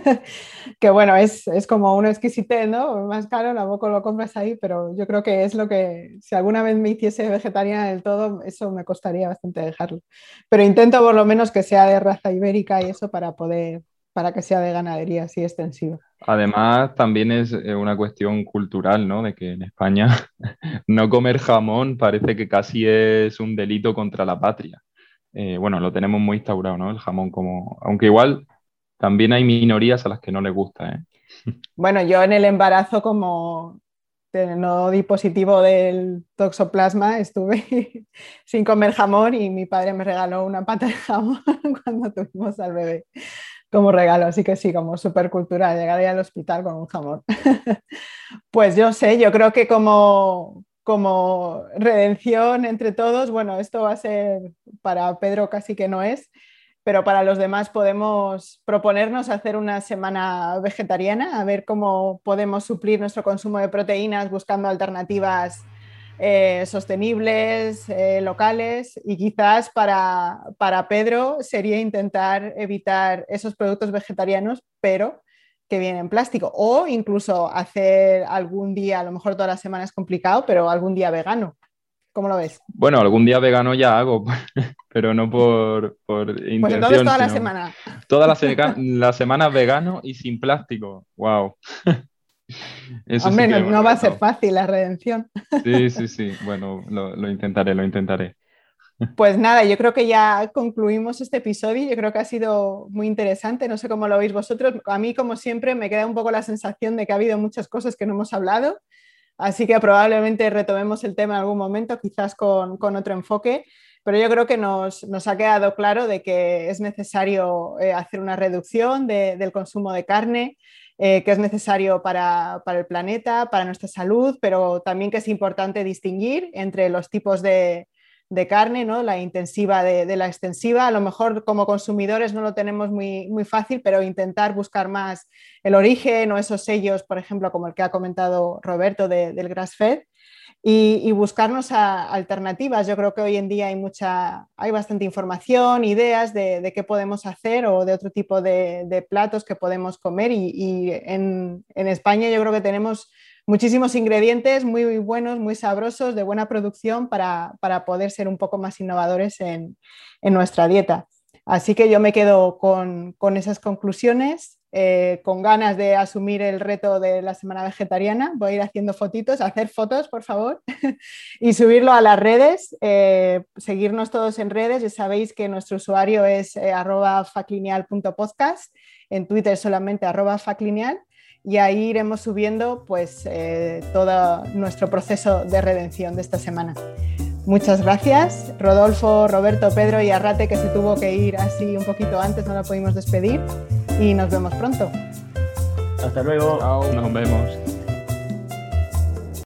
Que bueno, es, es como una exquisitez, ¿no? Más caro, tampoco lo compras ahí, pero yo creo que es lo que, si alguna vez me hiciese vegetariana del todo, eso me costaría bastante dejarlo. Pero intento por lo menos que sea de raza ibérica y eso para poder, para que sea de ganadería así extensiva. Además, también es eh, una cuestión cultural, ¿no? De que en España no comer jamón parece que casi es un delito contra la patria. Eh, bueno, lo tenemos muy instaurado, ¿no? El jamón como... Aunque igual también hay minorías a las que no les gusta, ¿eh? Bueno, yo en el embarazo, como no di positivo del toxoplasma, estuve sin comer jamón y mi padre me regaló una pata de jamón cuando tuvimos al bebé como regalo, así que sí, como súper cultural, llegaría al hospital con un jamón. Pues yo sé, yo creo que como, como redención entre todos, bueno, esto va a ser para Pedro casi que no es, pero para los demás podemos proponernos hacer una semana vegetariana, a ver cómo podemos suplir nuestro consumo de proteínas buscando alternativas eh, sostenibles, eh, locales, y quizás para, para Pedro sería intentar evitar esos productos vegetarianos, pero que vienen en plástico, o incluso hacer algún día, a lo mejor toda la semana es complicado, pero algún día vegano. ¿Cómo lo ves? Bueno, algún día vegano ya hago, pero no por, por intención. Pues entonces toda la semana. Toda la, seca, la semana vegano y sin plástico. ¡Wow! Eso Hombre, sí no, no va a ser fácil la redención. Sí, sí, sí. Bueno, lo, lo intentaré, lo intentaré. Pues nada, yo creo que ya concluimos este episodio. Yo creo que ha sido muy interesante. No sé cómo lo veis vosotros. A mí, como siempre, me queda un poco la sensación de que ha habido muchas cosas que no hemos hablado. Así que probablemente retomemos el tema en algún momento, quizás con, con otro enfoque. Pero yo creo que nos, nos ha quedado claro de que es necesario eh, hacer una reducción de, del consumo de carne, eh, que es necesario para, para el planeta, para nuestra salud, pero también que es importante distinguir entre los tipos de, de carne, ¿no? La intensiva de, de la extensiva. A lo mejor como consumidores no lo tenemos muy, muy fácil, pero intentar buscar más el origen o esos sellos, por ejemplo, como el que ha comentado Roberto de, del grass-fed. Y, y buscarnos a alternativas. Yo creo que hoy en día hay mucha, hay bastante información, ideas de, de qué podemos hacer o de otro tipo de, de platos que podemos comer, y, y en, en España yo creo que tenemos muchísimos ingredientes muy, muy buenos, muy sabrosos, de buena producción para, para poder ser un poco más innovadores en, en nuestra dieta. Así que yo me quedo con, con esas conclusiones, eh, con ganas de asumir el reto de la semana vegetariana. Voy a ir haciendo fotitos, hacer fotos, por favor, y subirlo a las redes, eh, seguirnos todos en redes. Ya sabéis que nuestro usuario es eh, arroba faclineal punto podcast, en Twitter solamente arroba faclineal, y ahí iremos subiendo pues, eh, todo nuestro proceso de redención de esta semana. Muchas gracias, Rodolfo, Roberto, Pedro y Arrate, que se tuvo que ir así un poquito antes, no lo pudimos despedir, y nos vemos pronto. Hasta luego. Chao. Nos vemos.